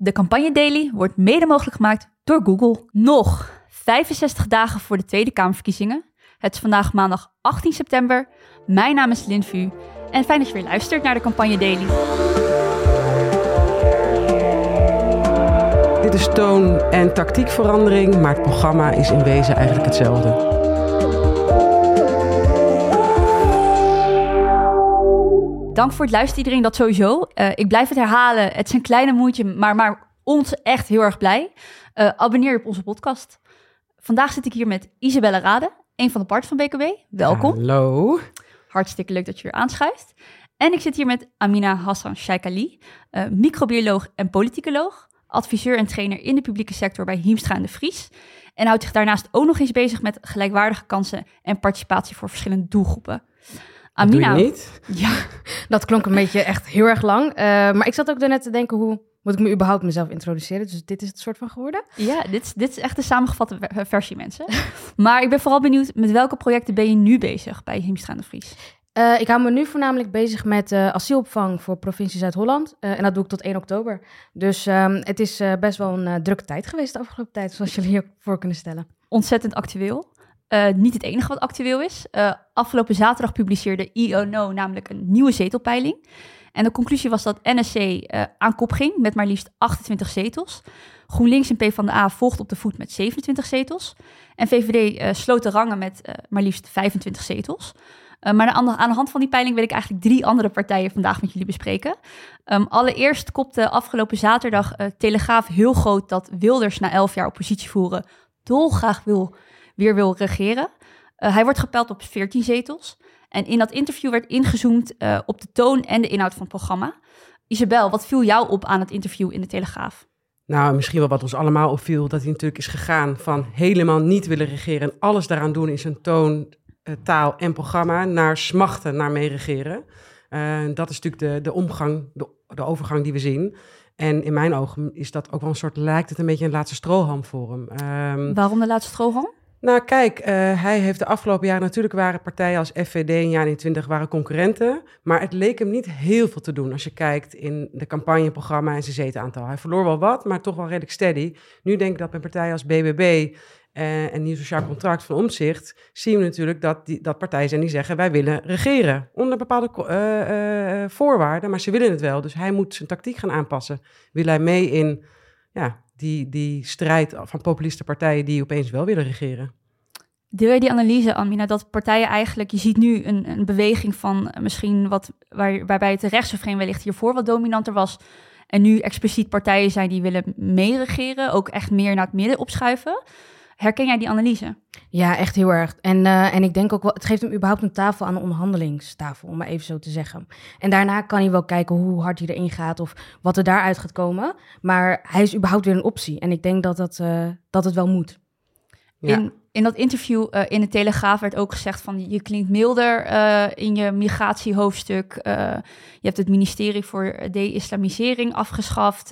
De Campagne Daily wordt mede mogelijk gemaakt door Google. Nog 65 dagen voor de Tweede Kamerverkiezingen. Het is vandaag maandag 18 september. Mijn naam is Lin Vu en fijn dat je weer luistert naar de Campagne Daily. Dit is toon- en tactiekverandering, maar het programma is in wezen eigenlijk hetzelfde. Dank voor het luisteren iedereen, dat sowieso. Ik blijf het herhalen, het is een kleine moeite, maar ons echt heel erg blij. Abonneer je op onze podcast. Vandaag zit ik hier met Isabelle Rade, een van de partners van BKB. Welkom. Hallo. Hartstikke leuk dat je weer aanschuift. En ik zit hier met Amina Hassan Sheikh-Ali, microbioloog en politicoloog, adviseur en trainer in de publieke sector bij Hiemstra en de Vries. En houdt zich daarnaast ook nog eens bezig met gelijkwaardige kansen en participatie voor verschillende doelgroepen. Amina, doe je niet? Ja, dat klonk een beetje echt heel erg lang. Maar ik zat ook daarnet te denken, hoe moet ik me überhaupt mezelf introduceren? Dus dit is het soort van geworden. Ja, dit is echt de samengevatte versie, mensen. Maar ik ben vooral benieuwd, met welke projecten ben je nu bezig bij Hiemstra en de Vries? Ik hou me nu voornamelijk bezig met asielopvang voor provincie Zuid-Holland. En dat doe ik tot 1 oktober. Dus het is best wel een drukke tijd geweest de afgelopen tijd, zoals jullie hier voor kunnen stellen. Ontzettend actueel. Niet het enige wat actueel is. Afgelopen zaterdag publiceerde IONO namelijk een nieuwe zetelpeiling. En de conclusie was dat NSC aan kop ging met maar liefst 28 zetels. GroenLinks en PvdA volgden op de voet met 27 zetels. En VVD sloot de rangen met maar liefst 25 zetels. Maar aan de hand van die peiling wil ik eigenlijk 3 andere partijen vandaag met jullie bespreken. Allereerst kopte afgelopen zaterdag Telegraaf heel groot dat Wilders na 11 jaar oppositie voeren dolgraag weer wil regeren. Hij wordt gepeld op 14 zetels. En in dat interview werd ingezoomd op de toon en de inhoud van het programma. Isabel, wat viel jou op aan het interview in de Telegraaf? Nou, misschien wel wat ons allemaal opviel, dat hij natuurlijk is gegaan van helemaal niet willen regeren en alles daaraan doen in zijn toon, taal en programma, naar smachten, naar meeregeren. Dat is natuurlijk de overgang die we zien. En in mijn ogen is dat ook wel een soort, lijkt het een beetje een laatste strohalm voor hem. Waarom de laatste strohalm? Nou kijk, hij heeft de afgelopen jaren, natuurlijk waren partijen als FVD en JA21 waren concurrenten, maar het leek hem niet heel veel te doen als je kijkt in de campagneprogramma en zijn zetelaantal. Hij verloor wel wat, maar toch wel redelijk steady. Nu denk ik dat bij partijen als BBB en Nieuw Sociaal Contract van Omtzigt zien we natuurlijk dat partijen zijn die zeggen wij willen regeren onder bepaalde voorwaarden, maar ze willen het wel. Dus hij moet zijn tactiek gaan aanpassen. Wil hij mee in die strijd van populiste partijen die opeens wel willen regeren? Deel jij die analyse, Amina, dat partijen eigenlijk, je ziet nu een beweging van misschien waarbij het rechtsvervreemd wellicht hiervoor wat dominanter was en nu expliciet partijen zijn die willen meeregeren, ook echt meer naar het midden opschuiven. Herken jij die analyse? Ja, echt heel erg. En ik denk ook wel, het geeft hem überhaupt een tafel aan de onderhandelingstafel, om maar even zo te zeggen. En daarna kan hij wel kijken hoe hard hij erin gaat of wat er daaruit gaat komen. Maar hij is überhaupt weer een optie. En ik denk dat het wel moet. Ja. In dat interview in de Telegraaf werd ook gezegd van je klinkt milder in je migratiehoofdstuk. Je hebt het ministerie voor de-islamisering afgeschaft.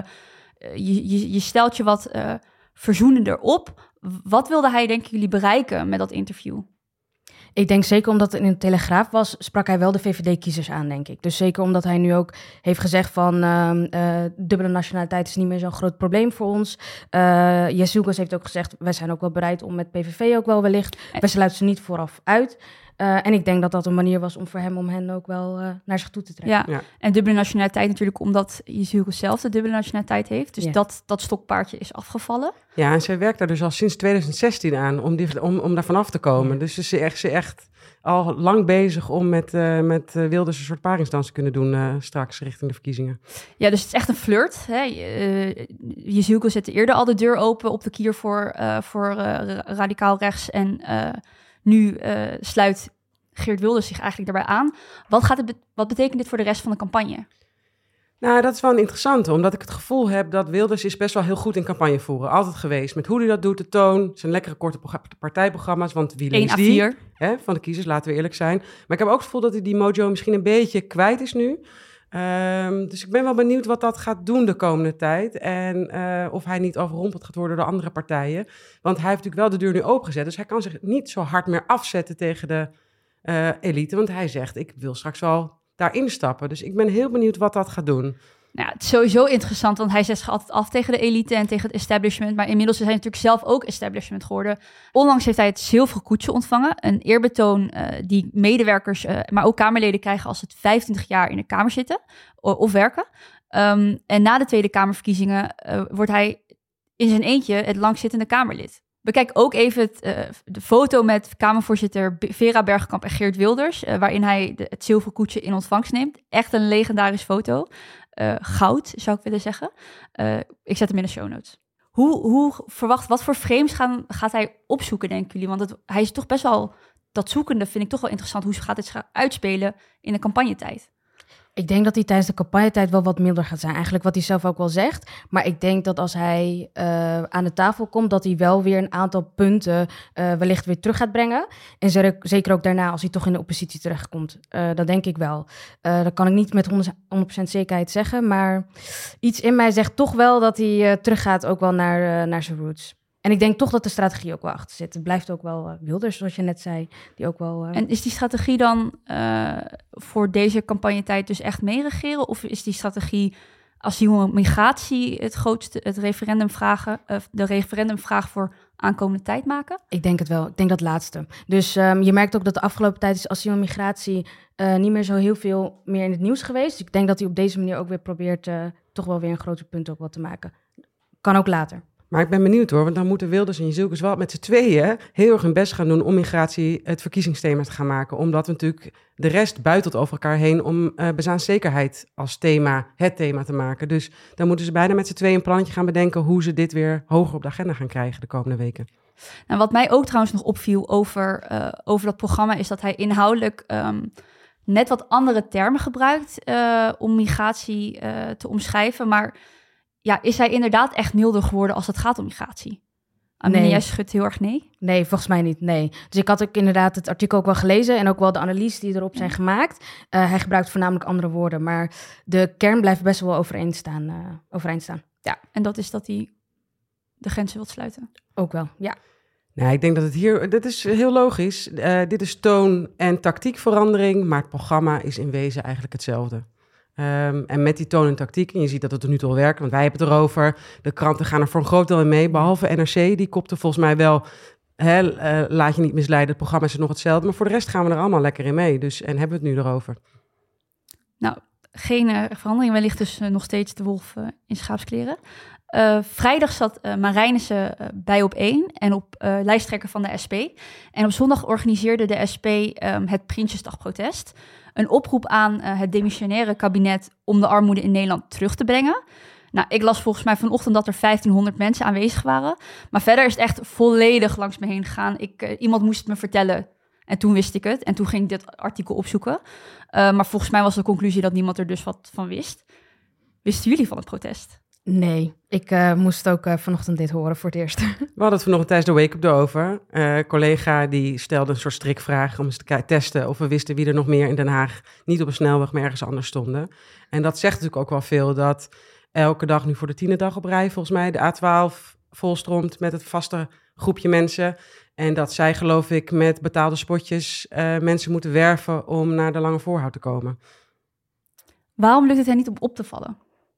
Je stelt je wat verzoenender op. Wat wilde hij, denken jullie, bereiken met dat interview? Ik denk zeker omdat het in de Telegraaf was, sprak hij wel de VVD-kiezers aan, denk ik. Dus zeker omdat hij nu ook heeft gezegd van dubbele nationaliteit is niet meer zo'n groot probleem voor ons. Jezielkes heeft ook gezegd, wij zijn ook wel bereid om met PVV ook wel wellicht. Wij sluiten ze niet vooraf uit. En ik denk dat dat een manier was voor hem om hen ook wel naar zich toe te trekken. Ja. En dubbele nationaliteit natuurlijk omdat Jezielkes zelf de dubbele nationaliteit heeft. Dus dat stokpaardje is afgevallen. Ja, en zij werkt daar dus al sinds 2016 aan om daar vanaf te komen. Dus ze is echt al lang bezig om met Wilders een soort paringsdans te kunnen doen straks richting de verkiezingen. Ja, dus het is echt een flirt. Jezielkes zette eerder al de deur open op de kier voor radicaal rechts en nu sluit Geert Wilders zich eigenlijk daarbij aan. Wat betekent dit voor de rest van de campagne? Nou, dat is wel een interessante, omdat ik het gevoel heb dat Wilders is best wel heel goed in campagne voeren. Altijd geweest. Met hoe hij dat doet, de toon, zijn lekkere korte partijprogramma's. Want wie leest die? Van de kiezers, laten we eerlijk zijn. Maar ik heb ook het gevoel dat hij die mojo misschien een beetje kwijt is nu. Dus ik ben wel benieuwd wat dat gaat doen de komende tijd. En of hij niet overrompeld gaat worden door andere partijen. Want hij heeft natuurlijk wel de deur nu opengezet. Dus hij kan zich niet zo hard meer afzetten tegen de elite. Want hij zegt, ik wil straks wel daarin stappen. Dus ik ben heel benieuwd wat dat gaat doen. Nou, het is sowieso interessant, want hij zet zich altijd af tegen de elite en tegen het establishment. Maar inmiddels is hij natuurlijk zelf ook establishment geworden. Onlangs heeft hij het zilveren koetsje ontvangen. Een eerbetoon die medewerkers, maar ook Kamerleden krijgen als het 25 jaar in de Kamer zitten of werken. En na de Tweede Kamerverkiezingen wordt hij in zijn eentje het langzittende Kamerlid. Bekijk ook even de foto met Kamervoorzitter Vera Bergkamp en Geert Wilders, waarin hij het zilveren koetsje in ontvangst neemt. Echt een legendarisch foto. Goud, zou ik willen zeggen. Ik zet hem in de show notes. Wat voor frames gaat hij opzoeken, denken jullie? Want hij is toch best wel, dat zoekende vind ik toch wel interessant. Hoe gaat het zich uitspelen in de campagnetijd? Ik denk dat hij tijdens de campagnetijd wel wat milder gaat zijn. Eigenlijk wat hij zelf ook wel zegt. Maar ik denk dat als hij aan de tafel komt, dat hij wel weer een aantal punten wellicht weer terug gaat brengen. En zeker ook daarna, als hij toch in de oppositie terechtkomt. Dat denk ik wel. Dat kan ik niet met 100% zekerheid zeggen. Maar iets in mij zegt toch wel dat hij teruggaat ook wel naar zijn roots. En ik denk toch dat de strategie ook wel achter zit. Het blijft ook wel Wilders, zoals je net zei. Die ook wel, En is die strategie dan voor deze campagnetijd dus echt meeregeren? Of is die strategie asiel-migratie het referendumvraag voor aankomende tijd maken? Ik denk het wel. Ik denk dat laatste. Dus je merkt ook dat de afgelopen tijd is asiel en migratie niet meer zo heel veel meer in het nieuws geweest. Dus ik denk dat hij op deze manier ook weer probeert toch wel weer een groter punt ook wat te maken. Kan ook later. Maar ik ben benieuwd hoor, want dan moeten Wilders en Jezielkes wel met z'n tweeën heel erg hun best gaan doen om migratie het verkiezingsthema te gaan maken. Omdat we natuurlijk de rest buitelt over elkaar heen om bestaanszekerheid als thema, het thema te maken. Dus dan moeten ze bijna met z'n tweeën een plannetje gaan bedenken hoe ze dit weer hoger op de agenda gaan krijgen de komende weken. Nou, wat mij ook trouwens nog opviel over dat programma is dat hij inhoudelijk net wat andere termen gebruikt om migratie te omschrijven, maar ja, is hij inderdaad echt milder geworden als het gaat om migratie? Nee. Jij schudt heel erg nee? Nee, volgens mij niet, nee. Dus ik had ook inderdaad het artikel ook wel gelezen en ook wel de analyses die erop zijn gemaakt. Hij gebruikt voornamelijk andere woorden, maar de kern blijft best wel overeind staan. Ja, en dat is dat hij de grenzen wilt sluiten? Ook wel, ja. Nou, ik denk dat dit is heel logisch. Dit is toon- en tactiekverandering, maar het programma is in wezen eigenlijk hetzelfde. En met die toon en tactiek, en je ziet dat het er nu toe al werkt, want wij hebben het erover. De kranten gaan er voor een groot deel in mee, behalve NRC. Die kopte volgens mij wel, laat je niet misleiden, het programma is nog hetzelfde. Maar voor de rest gaan we er allemaal lekker in mee. Dus, en hebben we het nu erover. Nou, geen verandering. Wellicht dus nog steeds de wolf in schaapskleren. Vrijdag zat Marijnissen bij Op1 en op lijsttrekker van de SP. En op zondag organiseerde de SP het Prinsjesdagprotest. Een oproep aan het demissionaire kabinet om de armoede in Nederland terug te brengen. Nou, ik las volgens mij vanochtend dat er 1500 mensen aanwezig waren. Maar verder is het echt volledig langs me heen gegaan. Iemand moest het me vertellen en toen wist ik het. En toen ging ik dit artikel opzoeken. Maar volgens mij was de conclusie dat niemand er dus wat van wist. Wisten jullie van het protest? Nee, ik moest ook vanochtend dit horen voor het eerst. We hadden het vanochtend tijdens de wake-up over. Een collega die stelde een soort strikvraag om eens te testen of we wisten wie er nog meer in Den Haag niet op een snelweg, maar ergens anders stonden. En dat zegt natuurlijk ook wel veel dat elke dag nu voor de 10e dag op rij volgens mij de A12 volstroomt met het vaste groepje mensen. En dat zij, geloof ik, met betaalde spotjes mensen moeten werven om naar de Lange Voorhout te komen. Waarom lukt het hen niet om op te vallen?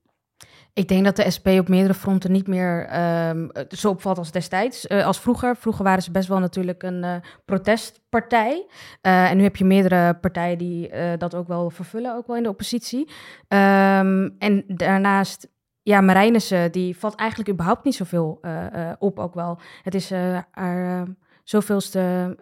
Ik denk dat de SP op meerdere fronten niet meer zo opvalt als destijds. Als vroeger. Vroeger waren ze best wel natuurlijk een protestpartij. En nu heb je meerdere partijen die dat ook wel vervullen, ook wel in de oppositie. En daarnaast, ja, Marijnissen, die valt eigenlijk überhaupt niet zoveel op ook wel. Het is haar zoveelste...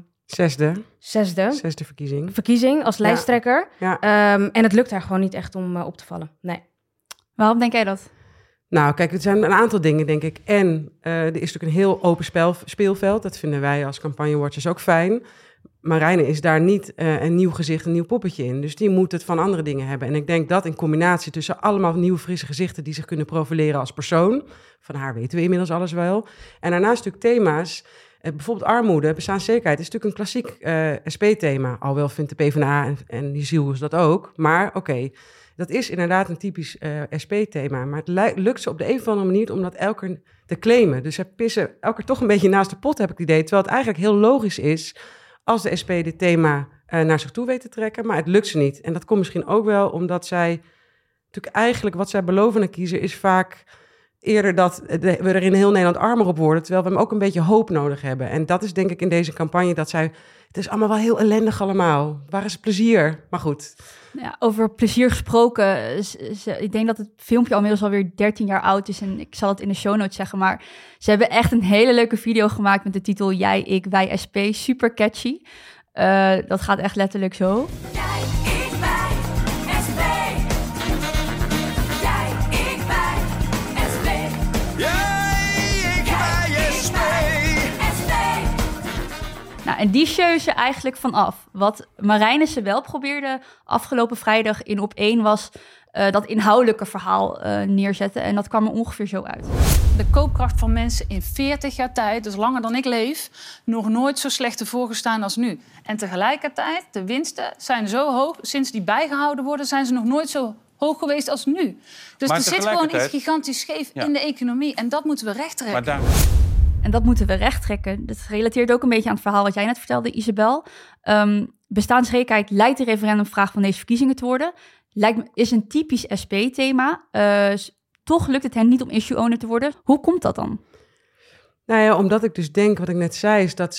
Zesde verkiezing als lijsttrekker. Ja. En het lukt haar gewoon niet echt om op te vallen. Nee. Waarom denk jij dat? Nou, kijk, het zijn een aantal dingen, denk ik. En er is natuurlijk een heel open speelveld. Dat vinden wij als campagnewatchers ook fijn. Marijne is daar niet een nieuw gezicht, een nieuw poppetje in. Dus die moet het van andere dingen hebben. En ik denk dat in combinatie tussen allemaal nieuwe, frisse gezichten die zich kunnen profileren als persoon. Van haar weten we inmiddels alles wel. En daarnaast natuurlijk thema's. Bijvoorbeeld armoede, bestaanszekerheid is natuurlijk een klassiek SP-thema. Al wel vindt de PvdA en Jezielkes dat ook. Maar oké. Dat is inderdaad een typisch SP-thema. Maar het lukt ze op de een of andere manier om dat elke te claimen. Dus ze pissen elke toch een beetje naast de pot, heb ik het idee. Terwijl het eigenlijk heel logisch is als de SP dit thema naar zich toe weet te trekken. Maar het lukt ze niet. En dat komt misschien ook wel omdat zij Natuurlijk eigenlijk wat zij beloven aan kiezer is vaak eerder dat we er in heel Nederland armer op worden, terwijl we hem ook een beetje hoop nodig hebben. En dat is denk ik in deze campagne dat zij... Het is allemaal wel heel ellendig allemaal. Waar is het plezier? Maar goed. Ja, over plezier gesproken. Ik denk dat het filmpje inmiddels alweer 13 jaar oud is. En ik zal het in de show notes zeggen. Maar ze hebben echt een hele leuke video gemaakt met de titel Jij, ik, wij, SP. Super catchy. Dat gaat echt letterlijk zo. Jij, ik, wij, SP. Jij, ik, wij, SP. Jij, ik, wij, SP. SP. Nou, en die show is er eigenlijk vanaf. Wat Marijnissen wel probeerde afgelopen vrijdag in Op1 was dat inhoudelijke verhaal neerzetten. En dat kwam er ongeveer zo uit. De koopkracht van mensen in 40 jaar tijd, dus langer dan ik leef, nog nooit zo slecht ervoor gestaan als nu. En tegelijkertijd, de winsten zijn zo hoog. Sinds die bijgehouden worden, zijn ze nog nooit zo hoog geweest als nu. Dus Maar er zit gewoon iets tegelijkertijd- gigantisch scheef in de economie. En dat moeten we rechttrekken. Maar daar... En dat moeten we rechttrekken. Dat relateert ook een beetje aan het verhaal wat jij net vertelde, Isabel. Bestaanszekerheid lijkt de referendumvraag van deze verkiezingen te worden. Is een typisch SP-thema. Toch lukt het hen niet om issue owner te worden. Hoe komt dat dan? Nou ja, omdat ik dus denk, wat ik net zei, is dat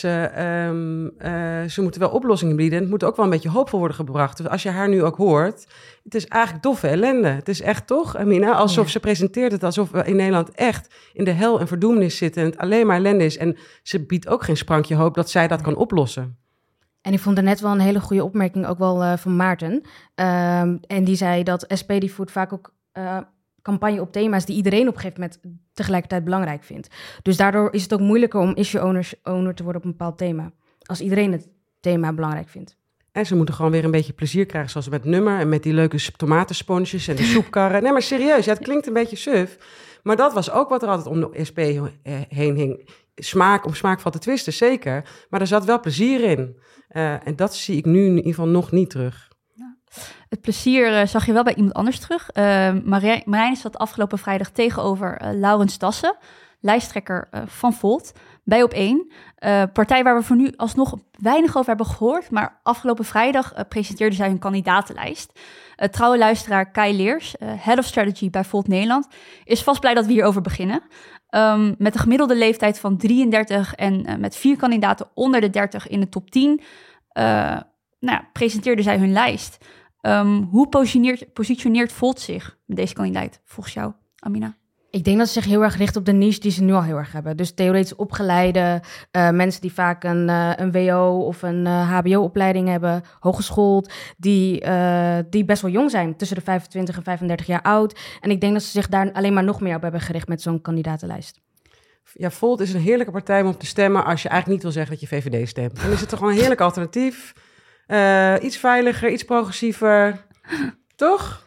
ze moeten wel oplossingen bieden. En het moet ook wel een beetje hoopvol worden gebracht. Dus als je haar nu ook hoort, het is eigenlijk doffe ellende. Het is echt toch, Amina, alsof ze presenteert het alsof we in Nederland echt in de hel en verdoemenis zitten. En het alleen maar ellende is. En ze biedt ook geen sprankje hoop dat zij dat kan oplossen. En ik vond er net wel een hele goede opmerking ook wel van Maarten. En die zei dat SP die voert vaak ook campagne op thema's die iedereen op een gegeven moment tegelijkertijd belangrijk vindt. Dus daardoor is het ook moeilijker om issue owner te worden op een bepaald thema. Als iedereen het thema belangrijk vindt. En ze moeten gewoon weer een beetje plezier krijgen, zoals met Nummer en met die leuke tomatensponsjes en de soepkarren. Nee, maar serieus, ja, het klinkt een beetje suf. Maar dat was ook wat er altijd om de SP heen hing. Om smaak valt te twisten, zeker. Maar er zat wel plezier in. En dat zie ik nu in ieder geval nog niet terug. Het plezier zag je wel bij iemand anders terug. Marijn zat afgelopen vrijdag tegenover Laurens Dassen, lijsttrekker van Volt, bij Op1. Partij waar we voor nu alsnog weinig over hebben gehoord. Maar afgelopen vrijdag presenteerde zij hun kandidatenlijst. Trouwe luisteraar Kai Leers, Head of Strategy bij Volt Nederland, is vast blij dat we hierover beginnen. Met een gemiddelde leeftijd van 33 en met 4 kandidaten onder de 30 in de top 10... presenteerde zij hun lijst. Hoe positioneert Volt zich met deze kandidaat, volgens jou, Amina? Ik denk dat ze zich heel erg richt op de niche die ze nu al heel erg hebben. Dus theoretisch opgeleide mensen die vaak een WO of een HBO-opleiding hebben, hogeschoold, die best wel jong zijn, tussen de 25 en 35 jaar oud. En ik denk dat ze zich daar alleen maar nog meer op hebben gericht met zo'n kandidatenlijst. Ja, Volt is een heerlijke partij om op te stemmen als je eigenlijk niet wil zeggen dat je VVD stemt. Dan is het toch gewoon een heerlijk alternatief. Iets veiliger, iets progressiever. Toch?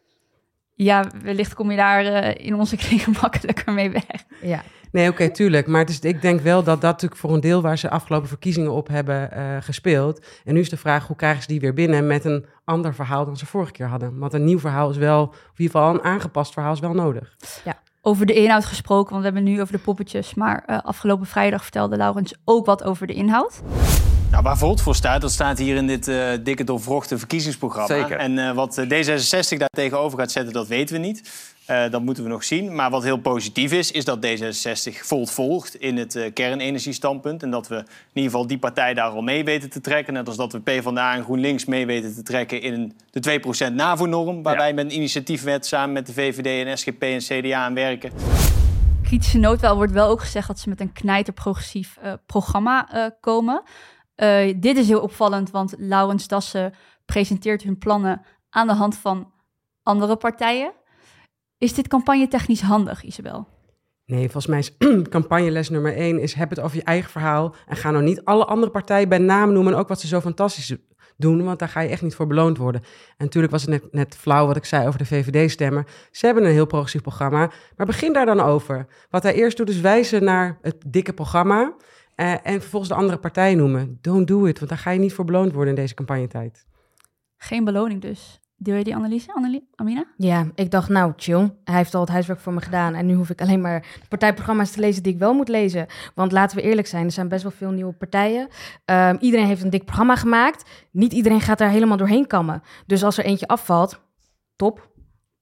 Ja, wellicht kom je daar in onze kringen makkelijker mee weg. Ja. Nee, oké, tuurlijk. Maar ik denk wel dat dat natuurlijk voor een deel waar ze afgelopen verkiezingen op hebben gespeeld. En nu is de vraag, hoe krijgen ze die weer binnen met een ander verhaal dan ze vorige keer hadden? Want een nieuw verhaal is wel, of in ieder geval een aangepast verhaal is wel nodig. Ja. Over de inhoud gesproken, want we hebben nu over de poppetjes. Maar afgelopen vrijdag vertelde Laurens ook wat over de inhoud. Nou, waar Volt voor staat, dat staat hier in dit dikke doorvrochte verkiezingsprogramma. Zeker. En wat D66 daar tegenover gaat zetten, dat weten we niet. Dat moeten we nog zien. Maar wat heel positief is dat D66 Volt volgt in het kernenergiestandpunt. En dat we in ieder geval die partij daar al mee weten te trekken. Net als dat we PvdA en GroenLinks mee weten te trekken in de 2% NAVO-norm. Waar wij met een initiatiefwet samen met de VVD en SGP en CDA aan werken. Kritische noot wel, wordt wel ook gezegd dat ze met een knijterprogressief programma komen. Dit is heel opvallend, want Laurens Dassen presenteert hun plannen aan de hand van andere partijen. Is dit campagnetechnisch handig, Isabel? Nee, volgens mij is campagneles nummer 1 is heb het over je eigen verhaal. En ga nou niet alle andere partijen bij naam noemen en ook wat ze zo fantastisch doen, want daar ga je echt niet voor beloond worden. En natuurlijk was het net flauw wat ik zei over de VVD-stemmer. Ze hebben een heel progressief programma, maar begin daar dan over. Wat hij eerst doet is wijzen naar het dikke programma en vervolgens de andere partijen noemen. Don't do it, want daar ga je niet voor beloond worden in deze campagnetijd. Geen beloning dus. Deel je die analyse, Amina? Ja, ik dacht, nou, chill. Hij heeft al het huiswerk voor me gedaan. En nu hoef ik alleen maar de partijprogramma's te lezen die ik wel moet lezen. Want laten we eerlijk zijn, er zijn best wel veel nieuwe partijen. Iedereen heeft een dik programma gemaakt. Niet iedereen gaat daar helemaal doorheen kammen. Dus als er eentje afvalt, top.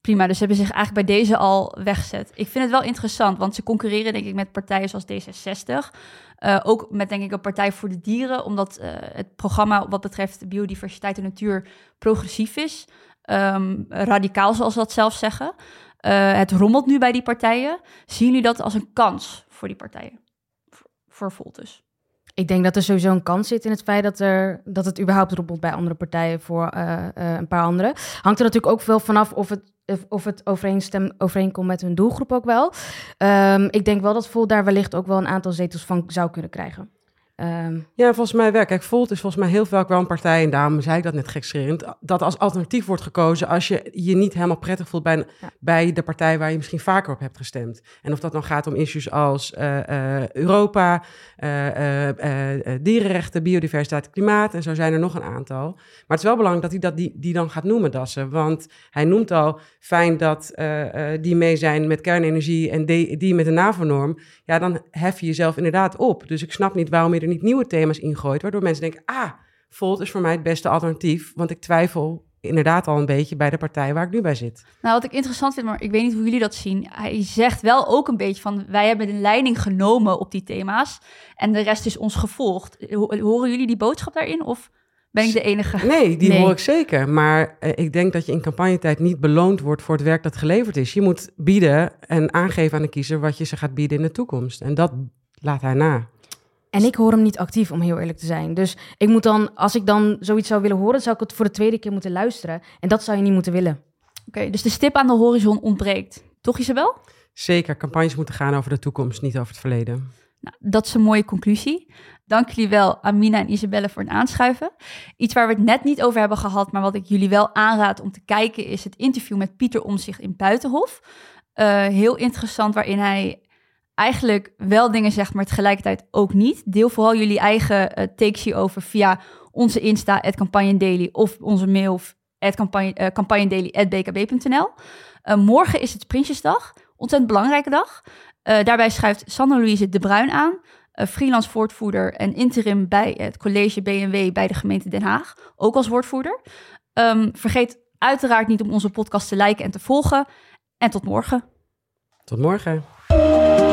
Prima, dus ze hebben zich eigenlijk bij deze al weggezet. Ik vind het wel interessant, want ze concurreren denk ik met partijen zoals D66. Ook met denk ik een Partij voor de Dieren, omdat het programma wat betreft biodiversiteit en natuur progressief is. Radicaal, zoals ze dat zelf zeggen. Het rommelt nu bij die partijen. Zien jullie dat als een kans voor die partijen? Voor Volt dus. Ik denk dat er sowieso een kans zit in het feit dat het überhaupt rommelt bij andere partijen voor een paar anderen. Hangt er natuurlijk ook veel vanaf of het overeenkomt met hun doelgroep ook wel. Ik denk wel dat Volt daar wellicht ook wel een aantal zetels van zou kunnen krijgen. Ja, volgens mij wel. Kijk, Volt is volgens mij heel vaak wel een partij, en daarom zei ik dat net gekscherend, dat als alternatief wordt gekozen als je je niet helemaal prettig voelt bij de partij waar je misschien vaker op hebt gestemd. En of dat dan gaat om issues als Europa, dierenrechten, biodiversiteit, klimaat, en zo zijn er nog een aantal. Maar het is wel belangrijk dat hij die dan gaat noemen, Dassen. Want hij noemt al fijn dat die mee zijn met kernenergie en die met de NAVO-norm. Ja, dan hef je jezelf inderdaad op. Dus ik snap niet waarom je er niet nieuwe thema's ingooit, waardoor mensen denken, Volt is voor mij het beste alternatief, want ik twijfel inderdaad al een beetje bij de partij waar ik nu bij zit. Nou, wat ik interessant vind, maar ik weet niet hoe jullie dat zien. Hij zegt wel ook een beetje van, wij hebben de leiding genomen op die thema's en de rest is ons gevolgd. Horen jullie die boodschap daarin of ben ik de enige? Nee, die hoor ik zeker. Maar ik denk dat je in campagnetijd niet beloond wordt voor het werk dat geleverd is. Je moet bieden en aangeven aan de kiezer wat je ze gaat bieden in de toekomst. En dat laat hij na. En ik hoor hem niet actief, om heel eerlijk te zijn. Dus ik moet dan, als ik dan zoiets zou willen horen, zou ik het voor de tweede keer moeten luisteren. En dat zou je niet moeten willen. Oké, dus de stip aan de horizon ontbreekt. Toch, Isabel? Zeker, campagnes moeten gaan over de toekomst, niet over het verleden. Nou, dat is een mooie conclusie. Dank jullie wel, Amina en Isabelle, voor het aanschuiven. Iets waar we het net niet over hebben gehad, maar wat ik jullie wel aanraad om te kijken, is het interview met Pieter Omtzigt in Buitenhof. Heel interessant, waarin hij eigenlijk wel dingen zegt, maar tegelijkertijd ook niet. Deel vooral jullie eigen takes hierover via onze Insta, @campagnedaily, of onze mail, campagnedaily@bkb.nl. Morgen is het Prinsjesdag, ontzettend belangrijke dag. Daarbij schuift Sanne-Louise de Bruin aan, freelance woordvoerder en interim bij het college BNW bij de gemeente Den Haag, ook als woordvoerder. Vergeet uiteraard niet om onze podcast te liken en te volgen. En tot morgen. Tot morgen.